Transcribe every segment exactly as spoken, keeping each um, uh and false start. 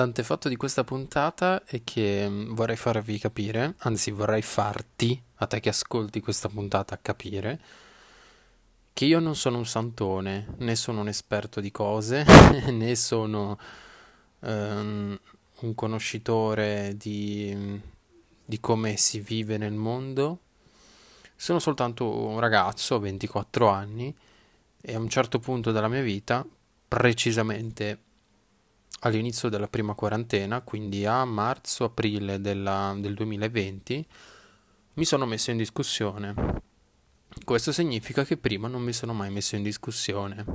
L'antefatto di questa puntata è che mm, vorrei farvi capire, anzi vorrei farti, a te che ascolti questa puntata, capire che io non sono un santone, né sono un esperto di cose, né sono ehm, un conoscitore di, di come si vive nel mondo. Sono soltanto un ragazzo, ho ventiquattro anni, e a un certo punto della mia vita, precisamente all'inizio della prima quarantena, quindi a marzo-aprile della- del duemilaventi, mi sono messo in discussione. Questo significa che prima non mi sono mai messo in discussione.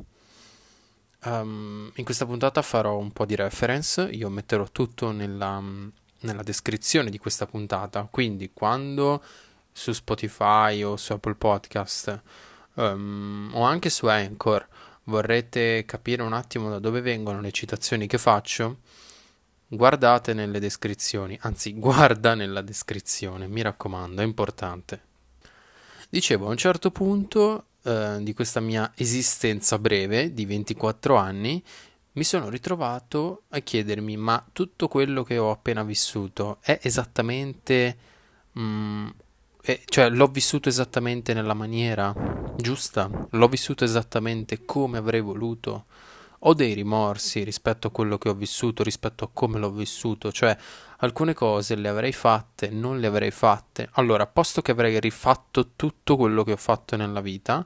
Um, in questa puntata farò un po' di reference, io metterò tutto nella, nella descrizione di questa puntata, quindi quando su Spotify o su Apple Podcast um, o anche su Anchor vorrete capire un attimo da dove vengono le citazioni che faccio, guardate nelle descrizioni, anzi guarda nella descrizione, mi raccomando, è importante. Dicevo, a un certo punto eh, di questa mia esistenza breve di ventiquattro anni, mi sono ritrovato a chiedermi, ma tutto quello che ho appena vissuto è esattamente, mm, è- cioè l'ho vissuto esattamente nella maniera giusta? L'ho vissuto esattamente come avrei voluto? Ho dei rimorsi rispetto a quello che ho vissuto, rispetto a come l'ho vissuto, cioè alcune cose le avrei fatte, non le avrei fatte. Allora, posto che avrei rifatto tutto quello che ho fatto nella vita,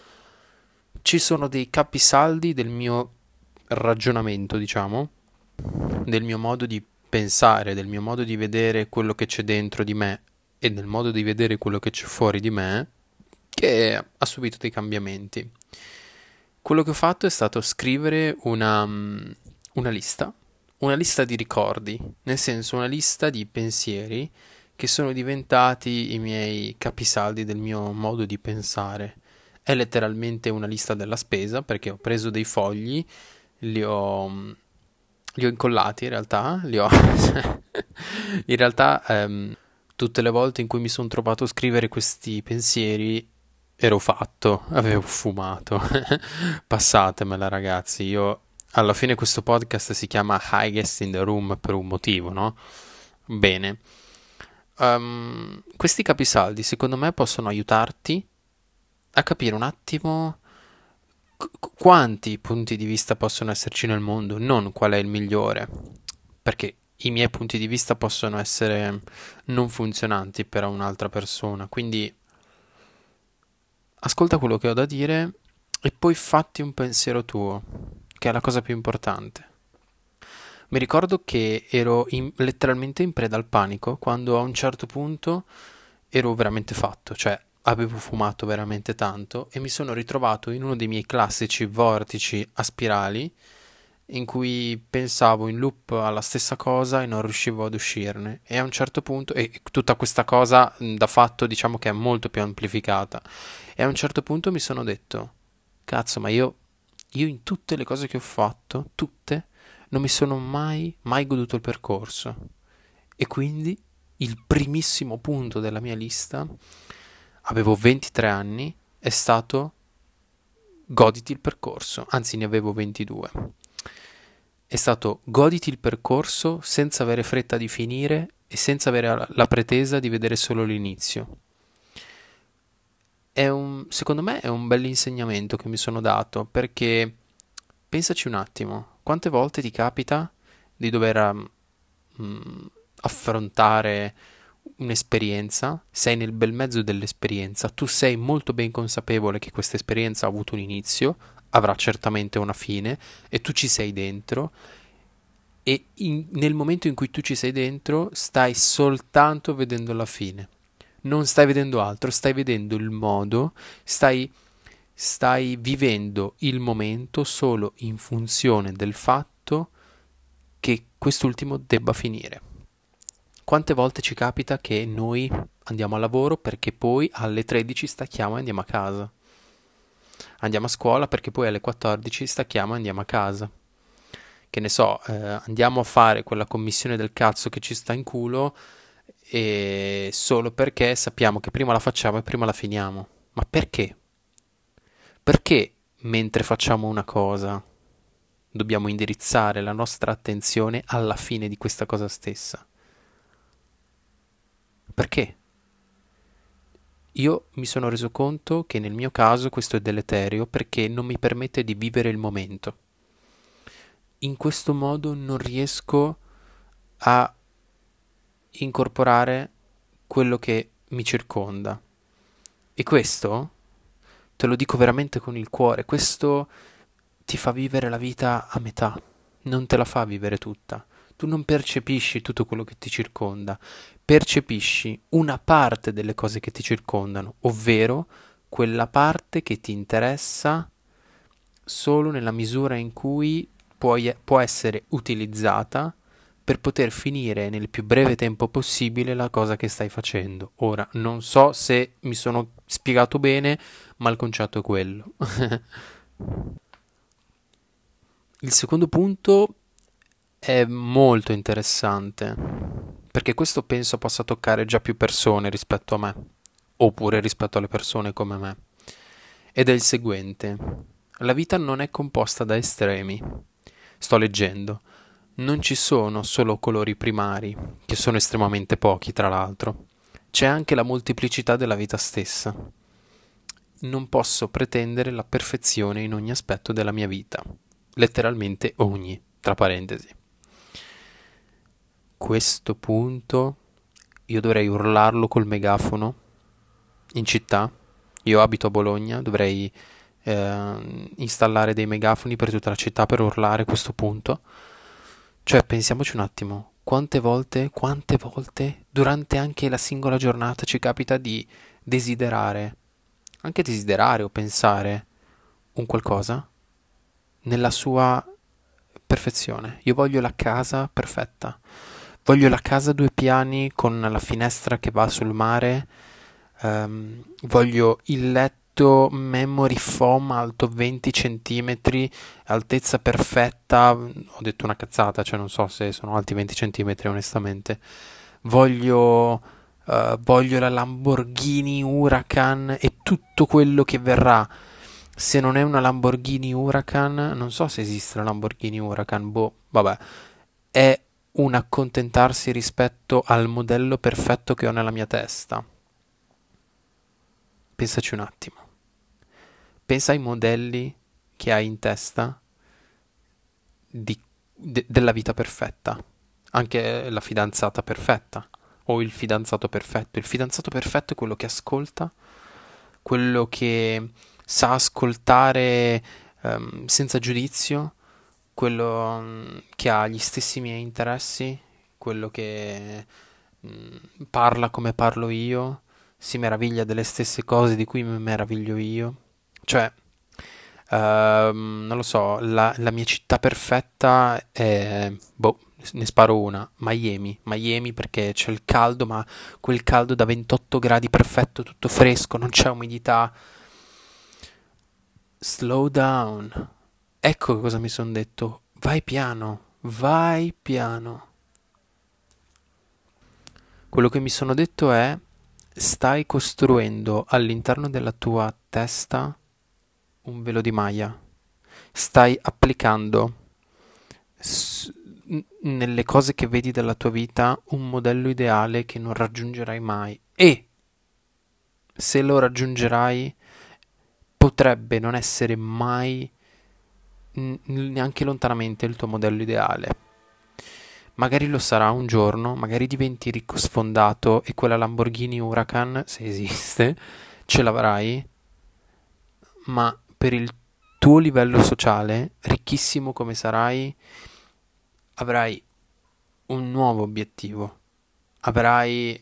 ci sono dei capisaldi del mio ragionamento, diciamo, del mio modo di pensare, del mio modo di vedere quello che c'è dentro di me e del modo di vedere quello che c'è fuori di me, che ha subito dei cambiamenti. Quello che ho fatto è stato scrivere una, mm, una lista, una lista di ricordi, nel senso una lista di pensieri che sono diventati i miei capisaldi del mio modo di pensare. È letteralmente una lista della spesa perché ho preso dei fogli, li ho, mm, li ho incollati in realtà, li ho... in realtà ehm, tutte le volte in cui mi sono trovato a scrivere questi pensieri ero fatto, avevo fumato. Passatemela ragazzi, io alla fine questo podcast si chiama Highest in the Room per un motivo, no? Bene. Ehm, questi capisaldi secondo me possono aiutarti a capire un attimo qu- quanti punti di vista possono esserci nel mondo, non qual è il migliore, perché i miei punti di vista possono essere non funzionanti per un'altra persona, quindi ascolta quello che ho da dire e poi fatti un pensiero tuo, che è la cosa più importante. Mi ricordo che ero in- letteralmente in preda al panico quando a un certo punto ero veramente fatto, cioè avevo fumato veramente tanto e mi sono ritrovato in uno dei miei classici vortici a spirali in cui pensavo in loop alla stessa cosa e non riuscivo ad uscirne. E a un certo punto, e tutta questa cosa mh, da fatto diciamo che è molto più amplificata. E a un certo punto mi sono detto, cazzo, ma io, io in tutte le cose che ho fatto, tutte, non mi sono mai, mai goduto il percorso. E quindi il primissimo punto della mia lista, avevo ventitré anni, è stato goditi il percorso, anzi ne avevo ventidue. È stato goditi il percorso senza avere fretta di finire e senza avere la la pretesa di vedere solo l'inizio. È un, secondo me è un bell'insegnamento che mi sono dato perché pensaci un attimo, quante volte ti capita di dover mm, affrontare un'esperienza, sei nel bel mezzo dell'esperienza, tu sei molto ben consapevole che questa esperienza ha avuto un inizio, avrà certamente una fine e tu ci sei dentro e in- nel momento in cui tu ci sei dentro stai soltanto vedendo la fine. Non stai vedendo altro, stai vedendo il modo, stai, stai vivendo il momento solo in funzione del fatto che quest'ultimo debba finire. Quante volte ci capita che noi andiamo a lavoro perché poi alle tredici stacchiamo e andiamo a casa? Andiamo a scuola perché poi alle quattordici stacchiamo e andiamo a casa. Che ne so, eh, andiamo a fare quella commissione del cazzo che ci sta in culo e solo perché sappiamo che prima la facciamo e prima la finiamo. Ma perché? Perché mentre facciamo una cosa dobbiamo indirizzare la nostra attenzione alla fine di questa cosa stessa. Perché? Io mi sono reso conto che nel mio caso questo è deleterio perché non mi permette di vivere il momento. In questo modo non riesco a incorporare quello che mi circonda. E questo, te lo dico veramente con il cuore, questo ti fa vivere la vita a metà, non te la fa vivere tutta. Tu non percepisci tutto quello che ti circonda, percepisci una parte delle cose che ti circondano, ovvero quella parte che ti interessa solo nella misura in cui puoi- può essere utilizzata per poter finire nel più breve tempo possibile la cosa che stai facendo. Ora, non so se mi sono spiegato bene, ma il concetto è quello. Il secondo punto è molto interessante, perché questo penso possa toccare già più persone rispetto a me, oppure rispetto alle persone come me. Ed è il seguente: la vita non è composta da estremi. Sto leggendo. Non ci sono solo colori primari, che sono estremamente pochi, tra l'altro. C'è anche la molteplicità della vita stessa. Non posso pretendere la perfezione in ogni aspetto della mia vita. Letteralmente ogni, tra parentesi. Questo punto io dovrei urlarlo col megafono in città. Io abito a Bologna, dovrei eh, installare dei megafoni per tutta la città per urlare questo punto. Cioè, pensiamoci un attimo, quante volte, quante volte durante anche la singola giornata ci capita di desiderare, anche desiderare o pensare un qualcosa nella sua perfezione. Io voglio la casa perfetta. Voglio la casa a due piani con la finestra che va sul mare. Ehm, voglio il letto memory foam alto venti centimetri, altezza perfetta. Ho detto una cazzata, cioè non so se sono alti venti centimetri onestamente. Voglio, eh, voglio la Lamborghini Huracan e tutto quello che verrà. Se non è una Lamborghini Huracan, non so se esiste la Lamborghini Huracan, boh, vabbè, è un accontentarsi rispetto al modello perfetto che ho nella mia testa. Pensaci un attimo. Pensa ai modelli che hai in testa di- de- della vita perfetta, anche la fidanzata perfetta o il fidanzato perfetto. Il fidanzato perfetto è quello che ascolta, quello che sa ascoltare ehm, senza giudizio, quello mm, che ha gli stessi miei interessi, quello che mm, parla come parlo io, si meraviglia delle stesse cose di cui mi meraviglio io. Cioè, ehm, non lo so, la, la mia città perfetta è, boh, ne sparo una, Miami. Miami perché c'è il caldo, ma quel caldo da ventotto gradi perfetto, tutto fresco, non c'è umidità. Slow down. Ecco cosa mi sono detto. Vai piano, vai piano. Quello che mi sono detto è: stai costruendo all'interno della tua testa un velo di Maya. Stai applicando s- n- nelle cose che vedi della tua vita un modello ideale che non raggiungerai mai. E se lo raggiungerai, potrebbe non essere mai n- neanche lontanamente il tuo modello ideale. Magari lo sarà un giorno, magari diventi ricco sfondato e quella Lamborghini Huracan, se esiste, ce l'avrai, ma per il tuo livello sociale, ricchissimo come sarai, avrai un nuovo obiettivo, avrai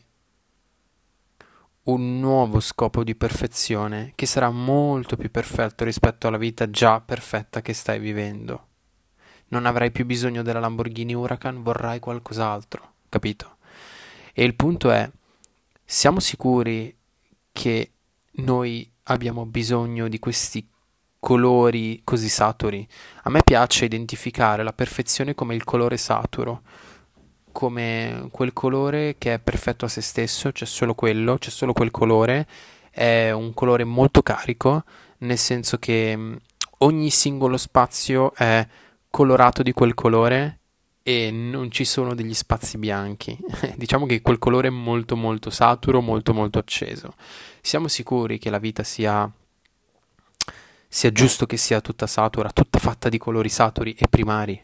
un nuovo scopo di perfezione che sarà molto più perfetto rispetto alla vita già perfetta che stai vivendo. Non avrai più bisogno della Lamborghini Huracan, vorrai qualcos'altro, capito? E il punto è, siamo sicuri che noi abbiamo bisogno di questi colori così saturi? A me piace identificare la perfezione come il colore saturo, come quel colore che è perfetto a se stesso, c'è solo quello, c'è solo quel colore, è un colore molto carico, nel senso che mh, ogni singolo spazio è colorato di quel colore e non ci sono degli spazi bianchi. Diciamo che quel colore è molto molto saturo, molto molto acceso. Siamo sicuri che la vita sia sia giusto che sia tutta satura, tutta fatta di colori saturi e primari?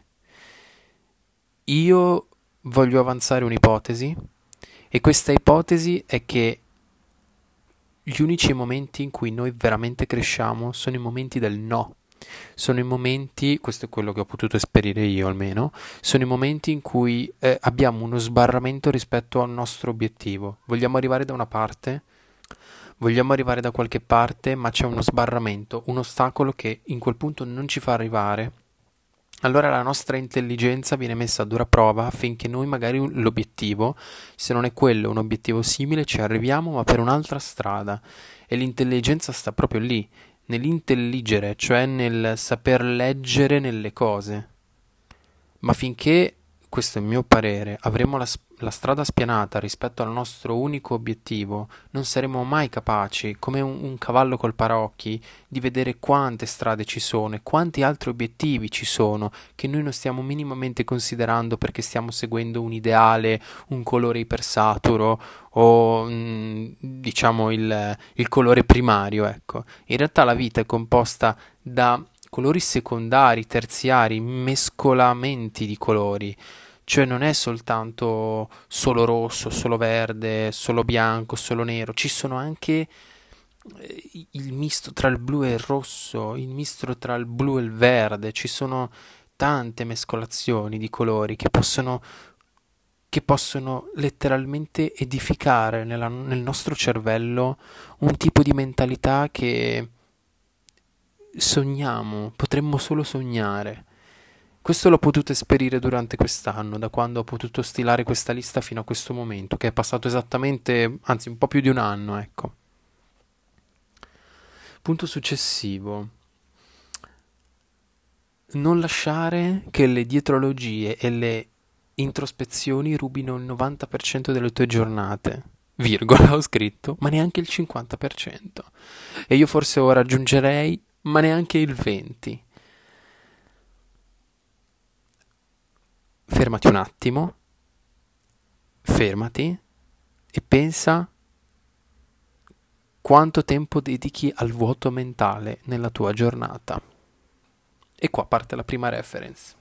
Io voglio avanzare un'ipotesi e questa ipotesi è che gli unici momenti in cui noi veramente cresciamo sono i momenti del no. Sono i momenti, questo è quello che ho potuto esperire io almeno, sono i momenti in cui eh, abbiamo uno sbarramento rispetto al nostro obiettivo. Vogliamo arrivare da una parte, vogliamo arrivare da qualche parte, ma c'è uno sbarramento, un ostacolo che in quel punto non ci fa arrivare. Allora la nostra intelligenza viene messa a dura prova affinché noi magari l'obiettivo, se non è quello, un obiettivo simile, ci arriviamo ma per un'altra strada. E l'intelligenza sta proprio lì, nell'intelligere, cioè nel saper leggere nelle cose. Ma finché, questo è il mio parere, avremo la, la strada spianata rispetto al nostro unico obiettivo, non saremo mai capaci, come un, un cavallo col paraocchi, di vedere quante strade ci sono e quanti altri obiettivi ci sono che noi non stiamo minimamente considerando perché stiamo seguendo un ideale, un colore ipersaturo o mh, diciamo il, il colore primario, ecco. In realtà la vita è composta da colori secondari, terziari, mescolamenti di colori. Cioè non è soltanto solo rosso, solo verde, solo bianco, solo nero, ci sono anche eh, il misto tra il blu e il rosso, il misto tra il blu e il verde, ci sono tante mescolazioni di colori che possono, che possono letteralmente edificare nella- nel nostro cervello un tipo di mentalità che sogniamo, potremmo solo sognare. Questo l'ho potuto esperire durante quest'anno, da quando ho potuto stilare questa lista fino a questo momento, che è passato esattamente, anzi un po' più di un anno, ecco. Punto successivo. Non lasciare che le dietrologie e le introspezioni rubino il novanta per cento delle tue giornate. Virgola, ho scritto, ma neanche il cinquanta per cento. E io forse ora aggiungerei, ma neanche il venti per cento. Fermati un attimo, fermati e pensa quanto tempo dedichi al vuoto mentale nella tua giornata. E qua parte la prima reference.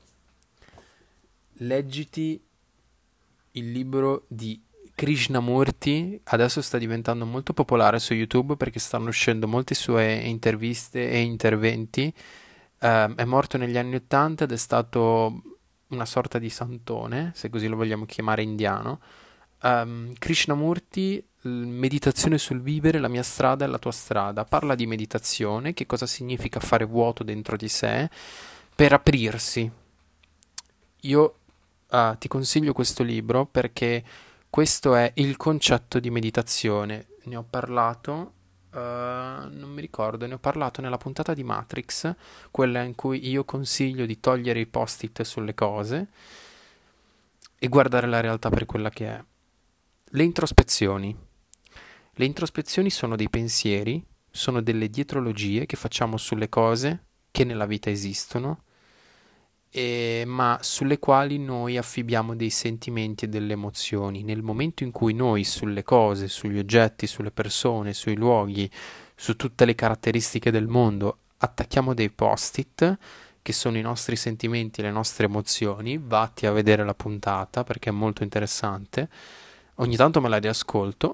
Leggiti il libro di Krishnamurti, adesso sta diventando molto popolare su YouTube perché stanno uscendo molte sue interviste e interventi. Uh, è morto negli anni ottanta ed è stato una sorta di santone, se così lo vogliamo chiamare indiano. Um, Krishnamurti, meditazione sul vivere, la mia strada e la tua strada. Parla di meditazione, che cosa significa fare vuoto dentro di sé per aprirsi. Io uh, ti consiglio questo libro perché questo è il concetto di meditazione. Ne ho parlato, uh, non mi ricordo, ne ho parlato nella puntata di Matrix, quella in cui io consiglio di togliere i post-it sulle cose e guardare la realtà per quella che è. Le introspezioni. Le introspezioni sono dei pensieri, sono delle dietrologie che facciamo sulle cose che nella vita esistono, e, ma sulle quali noi affibbiamo dei sentimenti e delle emozioni. Nel momento in cui noi sulle cose, sugli oggetti, sulle persone, sui luoghi, su tutte le caratteristiche del mondo attacchiamo dei post-it, che sono i nostri sentimenti e le nostre emozioni, vatti a vedere la puntata perché è molto interessante. Ogni tanto me la riascolto.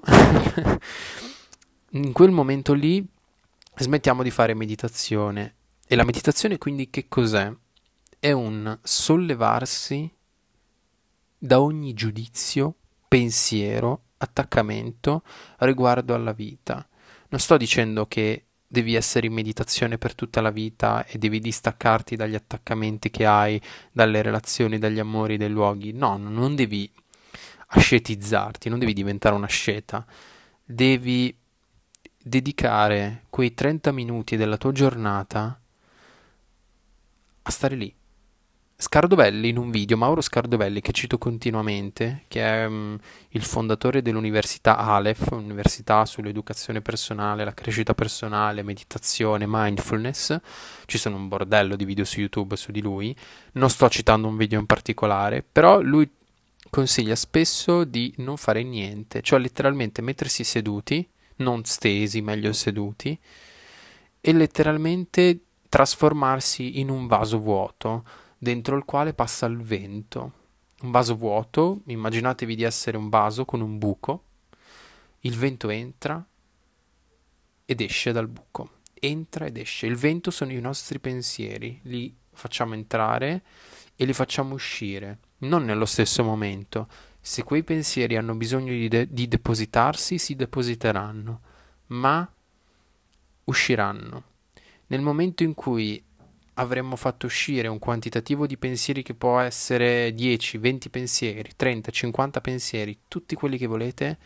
In quel momento lì smettiamo di fare meditazione. E la meditazione quindi che cos'è? È un sollevarsi da ogni giudizio, pensiero, attaccamento riguardo alla vita. Non sto dicendo che devi essere in meditazione per tutta la vita e devi distaccarti dagli attaccamenti che hai, dalle relazioni, dagli amori, dai luoghi. No, non devi ascetizzarti, non devi diventare un'asceta. Devi dedicare quei trenta minuti della tua giornata a stare lì, Scardovelli, in un video, Mauro Scardovelli, che cito continuamente, che è mm, il fondatore dell'università Aleph, università sull'educazione personale, la crescita personale, meditazione, mindfulness. Ci sono un bordello di video su YouTube su di lui. Non sto citando un video in particolare, però lui consiglia spesso di non fare niente, cioè letteralmente mettersi seduti, non stesi, meglio seduti, e letteralmente trasformarsi in un vaso vuoto dentro il quale passa il vento. Un vaso vuoto, immaginatevi di essere un vaso con un buco, il vento entra ed esce dal buco, entra ed esce. Il vento sono i nostri pensieri, li facciamo entrare e li facciamo uscire, non nello stesso momento. Se quei pensieri hanno bisogno di, de- di depositarsi, si depositeranno, ma usciranno. Nel momento in cui avremmo fatto uscire un quantitativo di pensieri che può essere dieci, venti pensieri, trenta, cinquanta pensieri, tutti quelli che volete,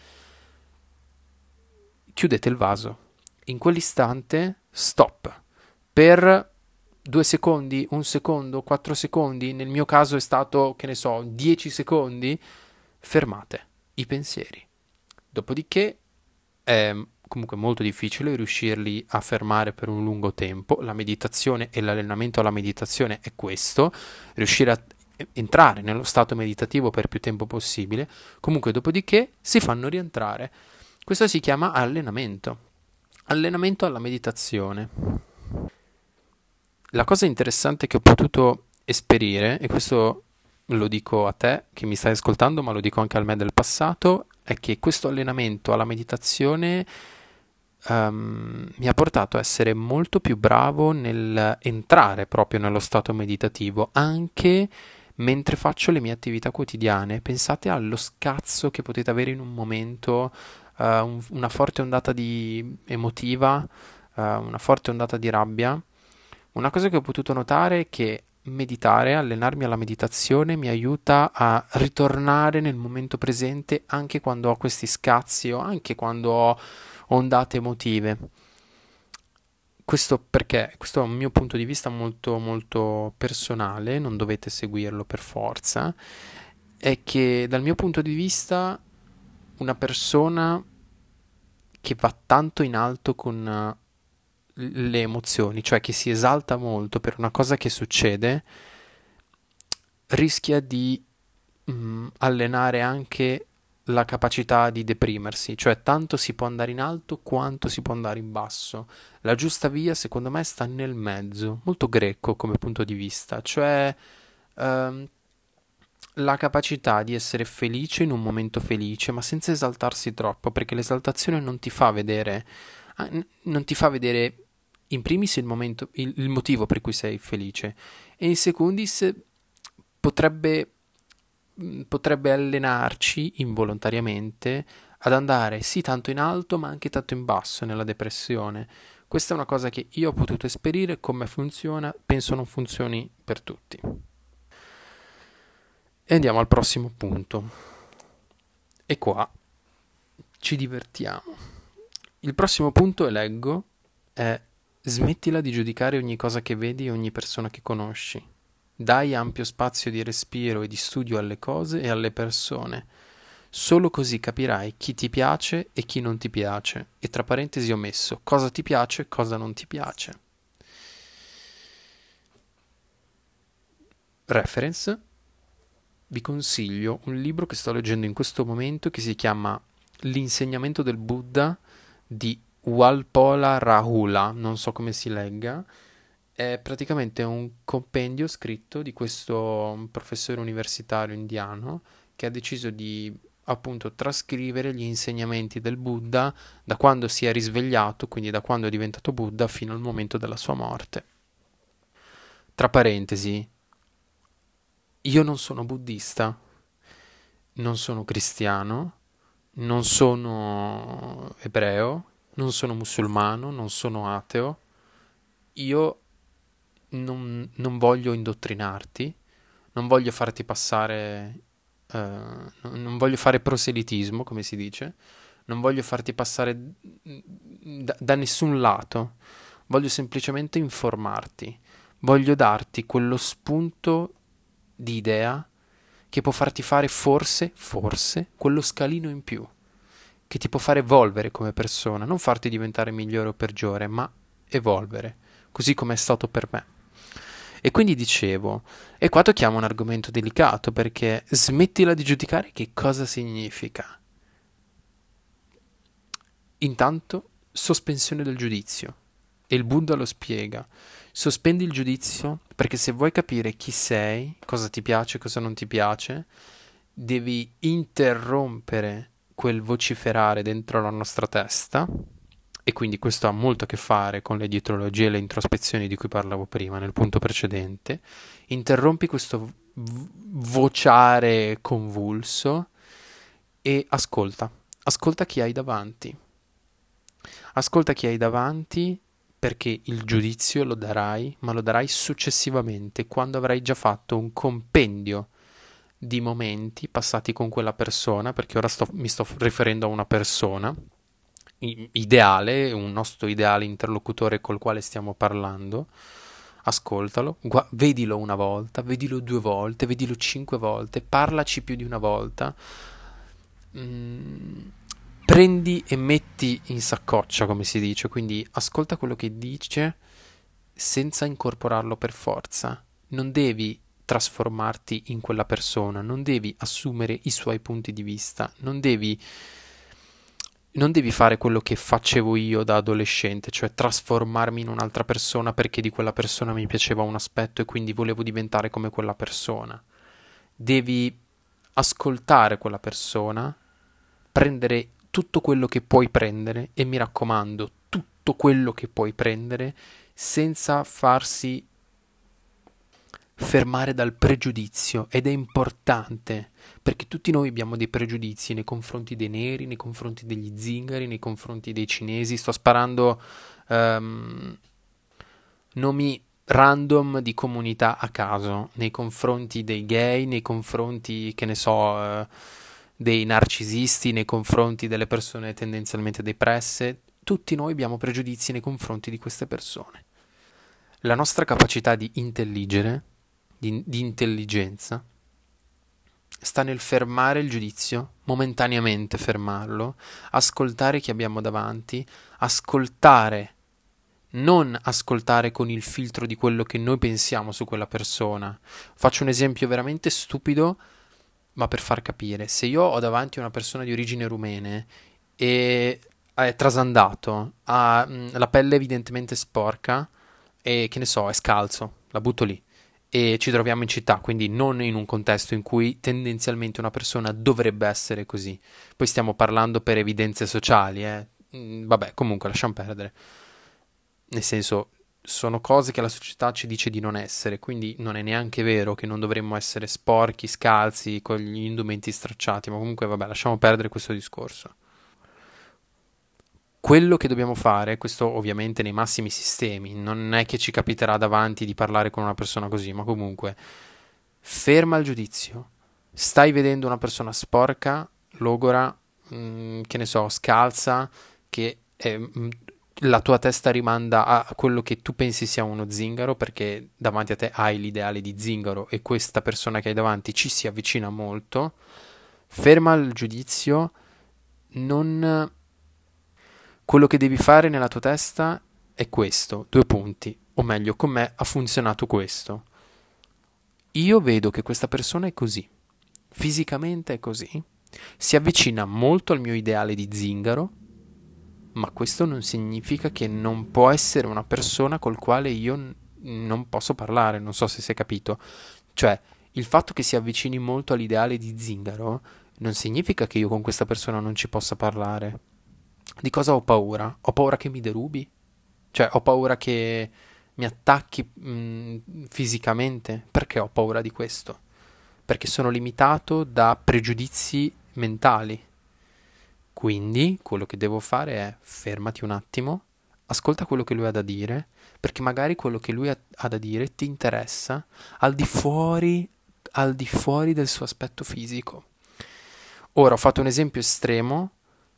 chiudete il vaso. In quell'istante, stop. Per due secondi, un secondo, quattro secondi, nel mio caso è stato, che ne so, dieci secondi, fermate i pensieri. Dopodiché è comunque molto difficile riuscirli a fermare per un lungo tempo. La meditazione e l'allenamento alla meditazione è questo, riuscire a entrare nello stato meditativo per più tempo possibile. Comunque dopodiché si fanno rientrare. Questo si chiama allenamento. Allenamento alla meditazione. La cosa interessante che ho potuto esperire, e questo lo dico a te che mi stai ascoltando, ma lo dico anche al me del passato, è che questo allenamento alla meditazione um, mi ha portato a essere molto più bravo nel entrare proprio nello stato meditativo, anche mentre faccio le mie attività quotidiane. Pensate allo scazzo che potete avere in un momento, uh, un- una forte ondata di emotiva, uh, una forte ondata di rabbia. Una cosa che ho potuto notare è che meditare, allenarmi alla meditazione mi aiuta a ritornare nel momento presente anche quando ho questi scazzi o anche quando ho ondate emotive. Questo perché, questo è un mio punto di vista molto molto personale, non dovete seguirlo per forza, è che dal mio punto di vista una persona che va tanto in alto con eh, le emozioni, cioè che si esalta molto per una cosa che succede, rischia di mm, allenare anche la capacità di deprimersi, cioè tanto si può andare in alto quanto si può andare in basso. La giusta via, secondo me, sta nel mezzo, molto greco come punto di vista, cioè ehm, la capacità di essere felice in un momento felice, ma senza esaltarsi troppo, perché l'esaltazione non ti fa vedere, ah, n- non ti fa vedere in primis il momento, il, il motivo per cui sei felice, e in secondis potrebbe, mh, potrebbe allenarci involontariamente ad andare sì tanto in alto, ma anche tanto in basso nella depressione. Questa è una cosa che io ho potuto esperire, come funziona, penso non funzioni per tutti. E andiamo al prossimo punto. E qua ci divertiamo. Il prossimo punto, eleggo, è smettila di giudicare ogni cosa che vedi e ogni persona che conosci. Dai ampio spazio di respiro e di studio alle cose e alle persone. Solo così capirai chi ti piace e chi non ti piace. E tra parentesi ho messo cosa ti piace e cosa non ti piace. Reference. Vi consiglio un libro che sto leggendo in questo momento che si chiama L'insegnamento del Buddha di Walpola Rahula, non so come si legga. È praticamente un compendio scritto di questo professore universitario indiano che ha deciso di appunto trascrivere gli insegnamenti del Buddha da quando si è risvegliato, quindi da quando è diventato Buddha fino al momento della sua morte. Tra parentesi, io non sono buddista, non sono cristiano, non sono ebreo, non sono musulmano, non sono ateo. Io non, non voglio indottrinarti, non voglio farti passare, eh, non voglio fare proselitismo, come si dice, non voglio farti passare da, da nessun lato, voglio semplicemente informarti, voglio darti quello spunto di idea che può farti fare forse, forse, quello scalino in più, che ti può fare evolvere come persona, non farti diventare migliore o peggiore, ma evolvere, così come è stato per me. E quindi dicevo, e qua tocchiamo un argomento delicato, perché smettila di giudicare che cosa significa. Intanto, sospensione del giudizio. E il Buddha lo spiega. Sospendi il giudizio perché se vuoi capire chi sei, cosa ti piace, cosa non ti piace, devi interrompere quel vociferare dentro la nostra testa, e quindi questo ha molto a che fare con le dietrologie e le introspezioni di cui parlavo prima nel punto precedente. Interrompi questo v- vociare convulso e ascolta. Ascolta chi hai davanti. Ascolta chi hai davanti perché il giudizio lo darai, ma lo darai successivamente, quando avrai già fatto un compendio di momenti passati con quella persona, perché ora sto, mi sto riferendo a una persona ideale, un nostro ideale interlocutore col quale stiamo parlando. Ascoltalo, gua- vedilo una volta, vedilo due volte, vedilo cinque volte, parlaci più di una volta. Mm, prendi e metti in saccoccia, come si dice, quindi ascolta quello che dice senza incorporarlo per forza. Non devi trasformarti in quella persona, non devi assumere i suoi punti di vista, non devi non devi fare quello che facevo io da adolescente, cioè trasformarmi in un'altra persona perché di quella persona mi piaceva un aspetto e quindi volevo diventare come quella persona. Devi ascoltare quella persona, prendere tutto quello che puoi prendere e mi raccomando, tutto quello che puoi prendere senza farsi fermare dal pregiudizio, ed è importante perché tutti noi abbiamo dei pregiudizi nei confronti dei neri, nei confronti degli zingari, nei confronti dei cinesi. Sto sparando um, nomi random di comunità a caso, nei confronti dei gay, nei confronti, che ne so, uh, dei narcisisti, nei confronti delle persone tendenzialmente depresse. Tutti noi abbiamo pregiudizi nei confronti di queste persone. La nostra capacità di intelligere, di, di intelligenza, sta nel fermare il giudizio, momentaneamente fermarlo, ascoltare chi abbiamo davanti, ascoltare, non ascoltare con il filtro di quello che noi pensiamo su quella persona. Faccio un esempio veramente stupido, ma per far capire. Se io ho davanti una persona di origine rumene e è trasandato, ha mh, la pelle evidentemente sporca e che ne so, è scalzo, la butto lì. E ci troviamo in città, quindi non in un contesto in cui tendenzialmente una persona dovrebbe essere così. Poi stiamo parlando per evidenze sociali, eh. Mm, vabbè, comunque lasciamo perdere. Nel senso, sono cose che la società ci dice di non essere, quindi non è neanche vero che non dovremmo essere sporchi, scalzi, con gli indumenti stracciati, ma comunque vabbè, lasciamo perdere questo discorso. Quello che dobbiamo fare, questo ovviamente nei massimi sistemi, non è che ci capiterà davanti di parlare con una persona così, ma comunque ferma il giudizio. Stai vedendo una persona sporca, logora, mh, che ne so, scalza, che è, mh, la tua testa rimanda a quello che tu pensi sia uno zingaro, perché davanti a te hai l'ideale di zingaro e questa persona che hai davanti ci si avvicina molto. Ferma il giudizio, non... Quello che devi fare nella tua testa è questo, due punti, o meglio, con me ha funzionato questo. Io vedo che questa persona è così, fisicamente è così, si avvicina molto al mio ideale di zingaro, ma questo non significa che non può essere una persona col quale io n- non posso parlare, non so se si è capito. Cioè, il fatto che si avvicini molto all'ideale di zingaro non significa che io con questa persona non ci possa parlare. Di cosa ho paura? Ho paura che mi derubi? Cioè, ho paura che mi attacchi mh, fisicamente? Perché ho paura di questo? Perché sono limitato da pregiudizi mentali. Quindi, quello che devo fare è fermati un attimo, ascolta quello che lui ha da dire, perché magari quello che lui ha, ha da dire ti interessa al di fuori, al di fuori del suo aspetto fisico. Ora ho fatto un esempio estremo, ma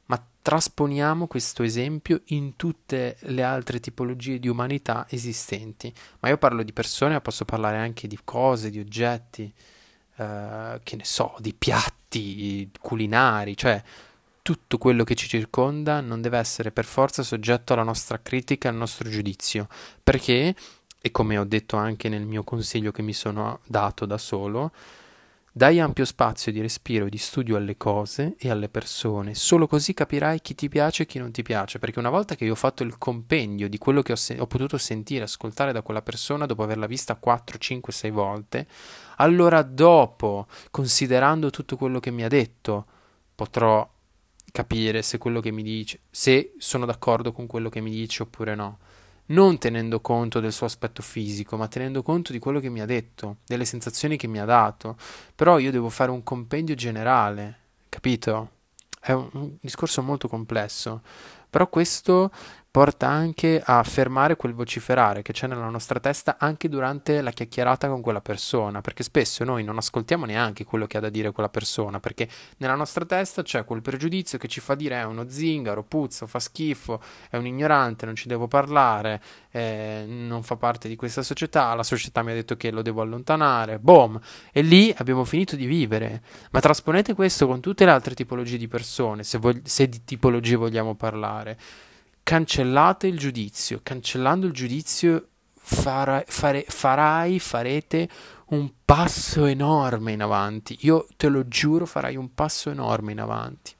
trasponiamo questo esempio in tutte le altre tipologie di umanità esistenti. Ma io parlo di persone, ma posso parlare anche di cose, di oggetti, eh, che ne so, di piatti culinari, cioè tutto quello che ci circonda non deve essere per forza soggetto alla nostra critica e al nostro giudizio, perché, e come ho detto anche nel mio consiglio che mi sono dato da solo, dai ampio spazio di respiro e di studio alle cose e alle persone, solo così capirai chi ti piace e chi non ti piace, perché una volta che io ho fatto il compendio di quello che ho, se- ho potuto sentire, ascoltare da quella persona dopo averla vista quattro, cinque, sei volte, allora dopo, considerando tutto quello che mi ha detto, potrò capire se quello che mi dice, se sono d'accordo con quello che mi dice oppure no. Non tenendo conto del suo aspetto fisico, ma tenendo conto di quello che mi ha detto, delle sensazioni che mi ha dato. Però io devo fare un compendio generale, capito? È un, un discorso molto complesso. Però questo porta anche a fermare quel vociferare che c'è nella nostra testa anche durante la chiacchierata con quella persona, perché spesso noi non ascoltiamo neanche quello che ha da dire quella persona, perché nella nostra testa c'è quel pregiudizio che ci fa dire è uno zingaro, puzza, fa schifo, è un ignorante, non ci devo parlare, eh, non fa parte di questa società, la società mi ha detto che lo devo allontanare, boom, e lì abbiamo finito di vivere. Ma trasponete questo con tutte le altre tipologie di persone, se, vog- se di tipologie vogliamo parlare. Cancellate il giudizio, cancellando il giudizio farai, fare, farai, farete un passo enorme in avanti. Io te lo giuro, farai un passo enorme in avanti.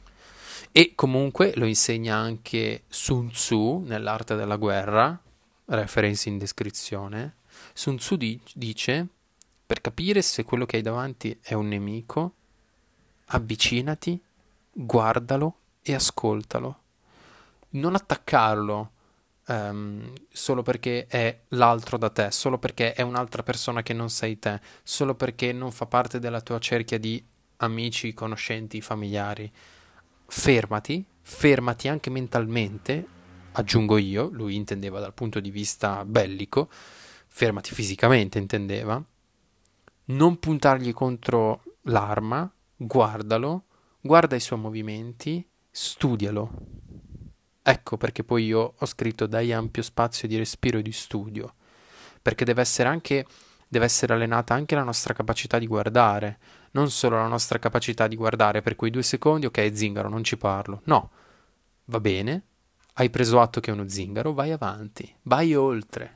E comunque lo insegna anche Sun Tzu nell'arte della guerra, reference in descrizione. Sun Tzu di- dice, per capire se quello che hai davanti è un nemico, avvicinati, guardalo e ascoltalo. Non attaccarlo ehm, solo perché è l'altro da te, solo perché è un'altra persona che non sei te, solo perché non fa parte della tua cerchia di amici, conoscenti, familiari. Fermati, fermati anche mentalmente, aggiungo io, lui intendeva dal punto di vista bellico, fermati fisicamente intendeva, non puntargli contro l'arma, guardalo, guarda i suoi movimenti, studialo. Ecco perché poi io ho scritto dai ampio spazio di respiro e di studio, perché deve essere anche, deve essere allenata anche la nostra capacità di guardare, non solo la nostra capacità di guardare per quei due secondi, ok, zingaro, non ci parlo. No, va bene, hai preso atto che è uno zingaro, vai avanti, vai oltre.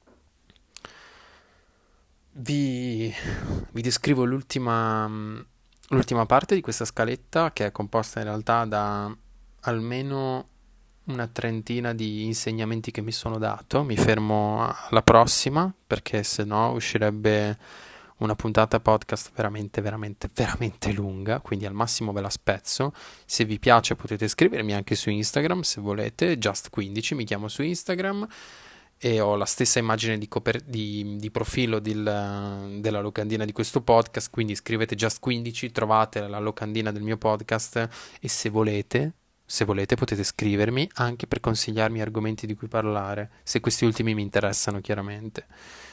Vi, vi descrivo l'ultima, l'ultima parte di questa scaletta che è composta in realtà da almeno una trentina di insegnamenti che mi sono dato. Mi fermo alla prossima perché se no uscirebbe una puntata podcast veramente, veramente, veramente lunga. Quindi al massimo ve la spezzo. Se vi piace potete scrivermi anche su Instagram se volete. Just quindici mi chiamo su Instagram e ho la stessa immagine di, coper- di, di profilo del- della locandina di questo podcast. Quindi scrivete Just quindici, trovate la locandina del mio podcast e se volete. Se volete potete scrivermi anche per consigliarmi argomenti di cui parlare, se questi ultimi mi interessano chiaramente.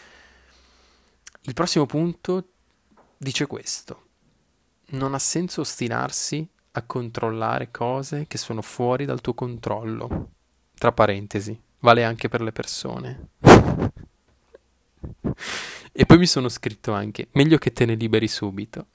Il prossimo punto dice questo: non ha senso ostinarsi a controllare cose che sono fuori dal tuo controllo. Tra parentesi, vale anche per le persone. E poi mi sono scritto anche, meglio che te ne liberi subito.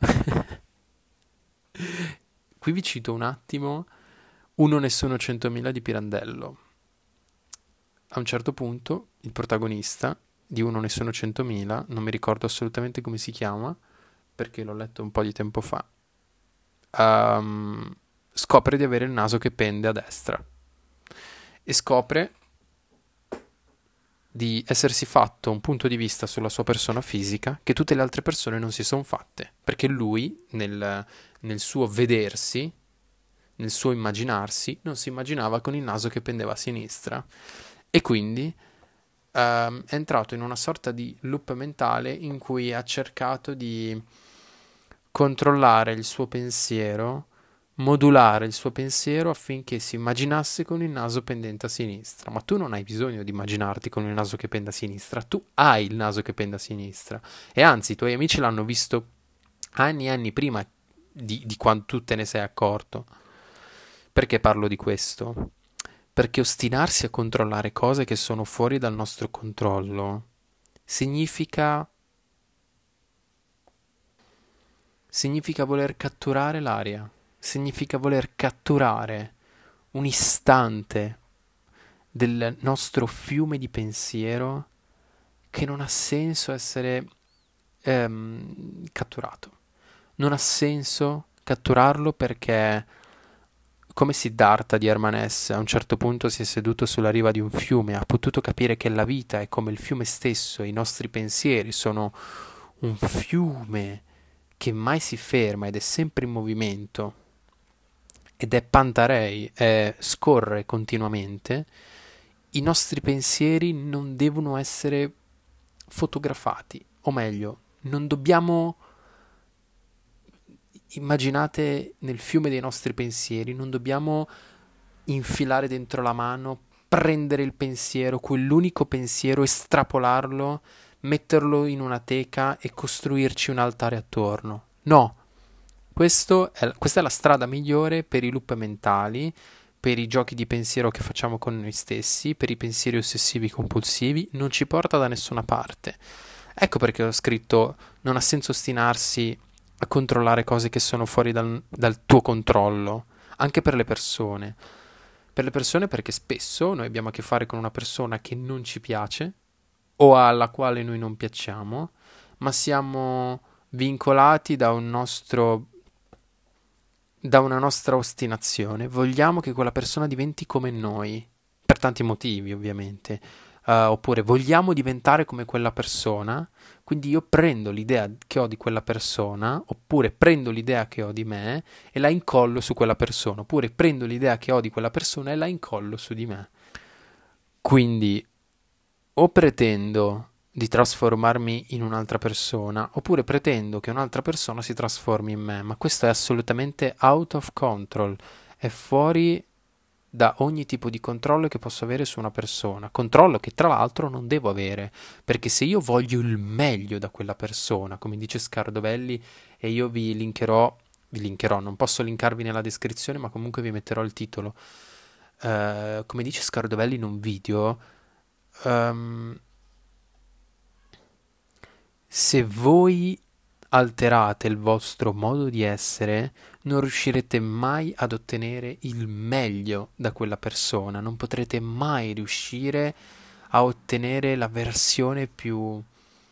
Qui vi cito un attimo Uno ne sono centomila di Pirandello. A un certo punto il protagonista di Uno ne sono centomila, non mi ricordo assolutamente come si chiama, perché l'ho letto un po' di tempo fa, um, scopre di avere il naso che pende a destra e scopre di essersi fatto un punto di vista sulla sua persona fisica che tutte le altre persone non si sono fatte, perché lui nel, nel suo vedersi, nel suo immaginarsi, non si immaginava con il naso che pendeva a sinistra e quindi ehm, è entrato in una sorta di loop mentale in cui ha cercato di controllare il suo pensiero, modulare il suo pensiero affinché si immaginasse con il naso pendente a sinistra. Ma tu non hai bisogno di immaginarti con il naso che pende a sinistra, tu hai il naso che pende a sinistra. E anzi, i tuoi amici l'hanno visto anni e anni prima di, di quando tu te ne sei accorto. Perché parlo di questo? Perché ostinarsi a controllare cose che sono fuori dal nostro controllo significa, significa voler catturare l'aria, significa voler catturare un istante del nostro fiume di pensiero che non ha senso essere ehm, catturato. Non ha senso catturarlo perché, come Siddhartha di Hermanès, a un certo punto si è seduto sulla riva di un fiume, ha potuto capire che la vita è come il fiume stesso, i nostri pensieri sono un fiume che mai si ferma ed è sempre in movimento ed è Pantarei, è, scorre continuamente. I nostri pensieri non devono essere fotografati, o meglio, non dobbiamo, immaginate nel fiume dei nostri pensieri, non dobbiamo infilare dentro la mano, prendere il pensiero, quell'unico pensiero, estrapolarlo, metterlo in una teca e costruirci un altare attorno. No, questo è, questa è la strada migliore per i loop mentali, per i giochi di pensiero che facciamo con noi stessi, per i pensieri ossessivi compulsivi, non ci porta da nessuna parte. Ecco perché ho scritto: non ha senso ostinarsi a controllare cose che sono fuori dal, dal tuo controllo, anche per le persone. Per le persone perché spesso noi abbiamo a che fare con una persona che non ci piace o alla quale noi non piacciamo, ma siamo vincolati da un nostro da una nostra ostinazione. Vogliamo che quella persona diventi come noi, per tanti motivi ovviamente. Uh, oppure vogliamo diventare come quella persona, quindi io prendo l'idea che ho di quella persona, oppure prendo l'idea che ho di me e la incollo su quella persona, oppure prendo l'idea che ho di quella persona e la incollo su di me. Quindi o pretendo di trasformarmi in un'altra persona, oppure pretendo che un'altra persona si trasformi in me, ma questo è assolutamente out of control, è fuori da ogni tipo di controllo che posso avere su una persona, controllo che tra l'altro non devo avere, perché se io voglio il meglio da quella persona, come dice Scardovelli, e io vi linkerò, vi linkerò, non posso linkarvi nella descrizione, ma comunque vi metterò il titolo, uh, come dice Scardovelli in un video, um, se voi alterate il vostro modo di essere, non riuscirete mai ad ottenere il meglio da quella persona, non potrete mai riuscire a ottenere la versione più,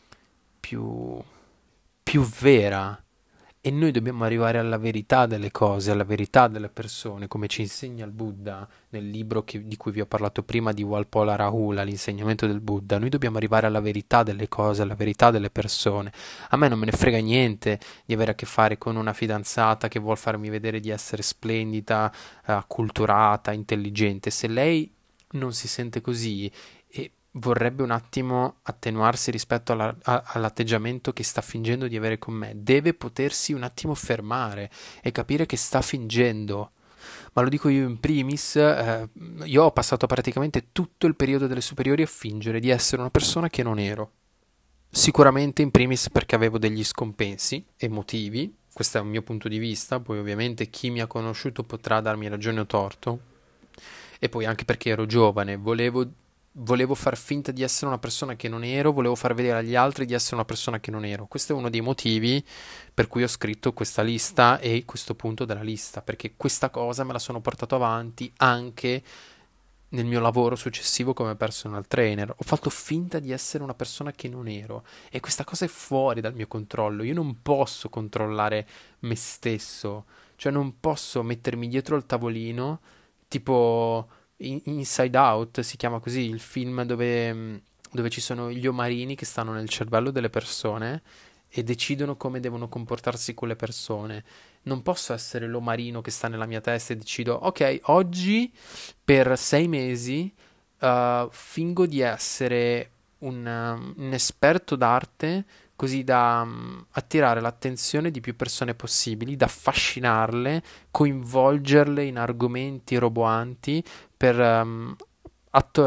più, più vera. E noi dobbiamo arrivare alla verità delle cose, alla verità delle persone, come ci insegna il Buddha nel libro che- di cui vi ho parlato prima di Walpola Rahula, l'insegnamento del Buddha. Noi dobbiamo arrivare alla verità delle cose, alla verità delle persone. A me non me ne frega niente di avere a che fare con una fidanzata che vuol farmi vedere di essere splendida, eh, acculturata, intelligente. Se lei non si sente così e vorrebbe un attimo attenuarsi rispetto alla- a- all'atteggiamento che sta fingendo di avere con me, deve potersi un attimo fermare e capire che sta fingendo. Ma lo dico io in primis, eh, io ho passato praticamente tutto il periodo delle superiori a fingere di essere una persona che non ero. Sicuramente in primis perché avevo degli scompensi emotivi, questo è un mio punto di vista, poi ovviamente chi mi ha conosciuto potrà darmi ragione o torto, e poi anche perché ero giovane, volevo, volevo far finta di essere una persona che non ero, volevo far vedere agli altri di essere una persona che non ero. Questo è uno dei motivi per cui ho scritto questa lista e questo punto della lista, perché questa cosa me la sono portato avanti anche nel mio lavoro successivo come personal trainer. Ho fatto finta di essere una persona che non ero e questa cosa è fuori dal mio controllo. Io non posso controllare me stesso, cioè non posso mettermi dietro al tavolino, tipo in- Inside Out si chiama così, il film dove, mh, dove ci sono gli omarini che stanno nel cervello delle persone e decidono come devono comportarsi con le persone. Non posso essere l'omarino che sta nella mia testa e decido, ok, oggi per sei mesi uh, fingo di essere un, um, un esperto d'arte così da um, attirare l'attenzione di più persone possibili, da affascinarle, coinvolgerle in argomenti roboanti per um, attor-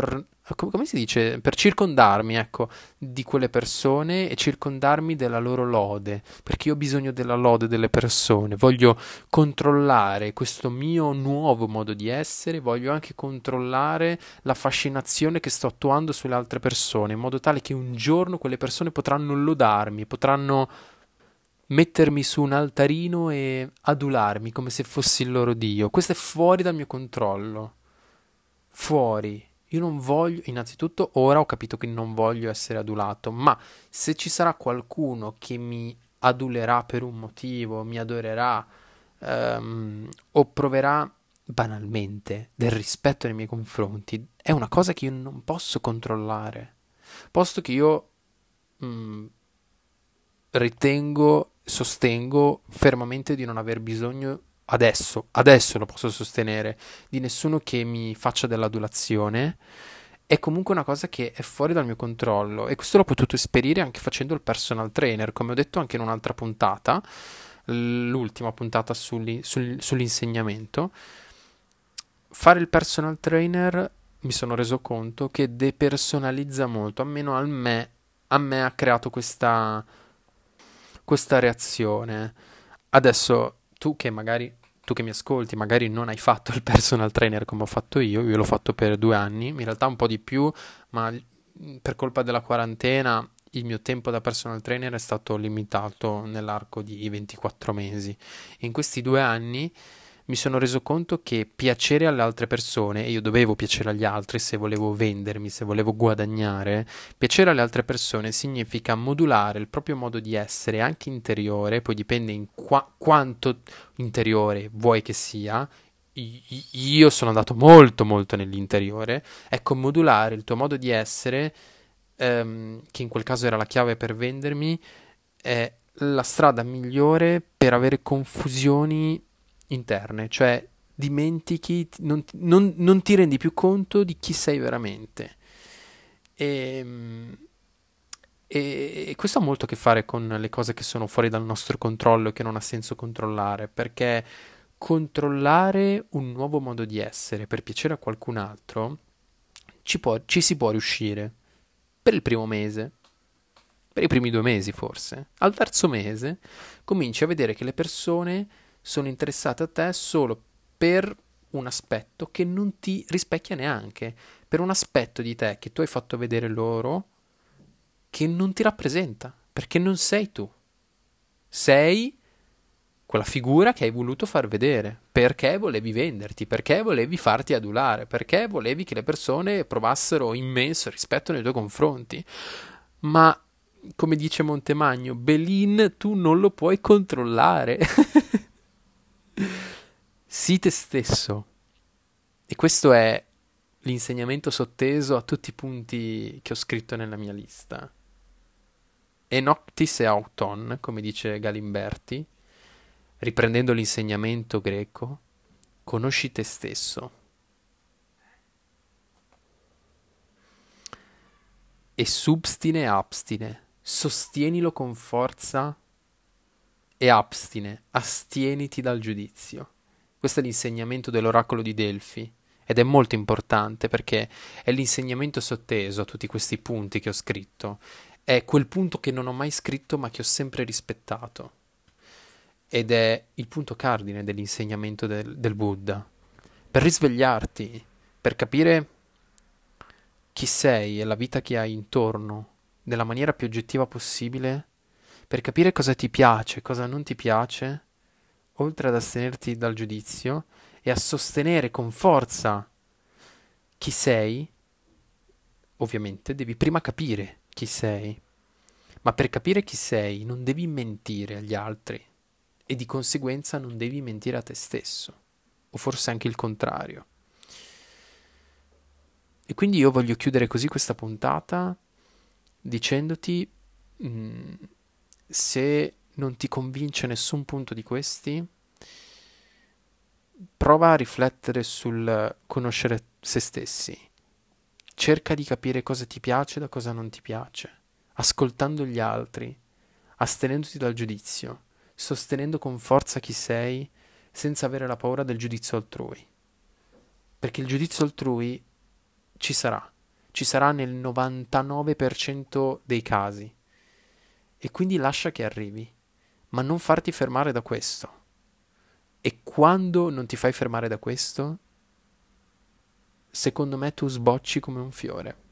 com- come si dice? Per circondarmi, ecco, di quelle persone e circondarmi della loro lode, perché io ho bisogno della lode delle persone, voglio controllare questo mio nuovo modo di essere, voglio anche controllare la fascinazione che sto attuando sulle altre persone, in modo tale che un giorno quelle persone potranno lodarmi, potranno mettermi su un altarino e adularmi come se fossi il loro dio. Questo è fuori dal mio controllo. Fuori. Io non voglio, innanzitutto, ora ho capito che non voglio essere adulato, ma se ci sarà qualcuno che mi adulerà per un motivo, mi adorerà, ehm, o proverà banalmente del rispetto nei miei confronti, è una cosa che io non posso controllare. Posto che io mm, ritengo, sostengo fermamente di non aver bisogno adesso, adesso lo posso sostenere, di nessuno che mi faccia dell'adulazione. È comunque una cosa che è fuori dal mio controllo e questo l'ho potuto esperire anche facendo il personal trainer, come ho detto anche in un'altra puntata, l'ultima puntata sugli- sul- sull'insegnamento. Fare il personal trainer mi sono reso conto che depersonalizza molto, almeno a me, a me ha creato questa questa reazione. Adesso tu che magari tu che mi ascolti, magari non hai fatto il personal trainer come ho fatto io, io l'ho fatto per due anni, in realtà un po' di più, ma per colpa della quarantena il mio tempo da personal trainer è stato limitato nell'arco di ventiquattro mesi. In questi due anni mi sono reso conto che piacere alle altre persone, e io dovevo piacere agli altri se volevo vendermi, se volevo guadagnare, piacere alle altre persone significa modulare il proprio modo di essere anche interiore, poi dipende in qua- quanto interiore vuoi che sia. I- Io sono andato molto molto nell'interiore, ecco, modulare il tuo modo di essere, ehm, che in quel caso era la chiave per vendermi, è la strada migliore per avere confusioni interne, cioè dimentichi, non, non- non ti rendi più conto di chi sei veramente. E, e- e questo ha molto a che fare con le cose che sono fuori dal nostro controllo e che non ha senso controllare, perché controllare un nuovo modo di essere per piacere a qualcun altro ci può- ci si può riuscire per il primo mese, per i primi due mesi forse. Al terzo mese cominci a vedere che le persone sono interessate a te solo per un aspetto che non ti rispecchia neanche, per un aspetto di te che tu hai fatto vedere loro che non ti rappresenta, perché non sei tu. Sei quella figura che hai voluto far vedere, perché volevi venderti, perché volevi farti adulare, perché volevi che le persone provassero immenso rispetto nei tuoi confronti. Ma, come dice Montemagno, Belin tu non lo puoi controllare. Sii te stesso. E questo è l'insegnamento sotteso a tutti i punti che ho scritto nella mia lista. E noctis e auton, come dice Galimberti, riprendendo l'insegnamento greco, conosci te stesso e substine abstine, sostienilo con forza e abstine, astieniti dal giudizio. Questo è l'insegnamento dell'oracolo di Delfi ed è molto importante perché è l'insegnamento sotteso a tutti questi punti che ho scritto. È quel punto che non ho mai scritto ma che ho sempre rispettato. Ed è il punto cardine dell'insegnamento del, del Buddha. Per risvegliarti, per capire chi sei e la vita che hai intorno nella maniera più oggettiva possibile, per capire cosa ti piace, cosa non ti piace, oltre ad astenerti dal giudizio e a sostenere con forza chi sei, ovviamente devi prima capire chi sei, ma per capire chi sei non devi mentire agli altri e di conseguenza non devi mentire a te stesso, o forse anche il contrario. E quindi io voglio chiudere così questa puntata dicendoti, mh, se non ti convince nessun punto di questi, prova a riflettere sul conoscere se stessi. Cerca di capire cosa ti piace da cosa non ti piace, ascoltando gli altri, astenendoti dal giudizio, sostenendo con forza chi sei, senza avere la paura del giudizio altrui. Perché il giudizio altrui ci sarà, ci sarà nel novantanove per cento dei casi. E quindi lascia che arrivi, ma non farti fermare da questo. E quando non ti fai fermare da questo, secondo me tu sbocci come un fiore.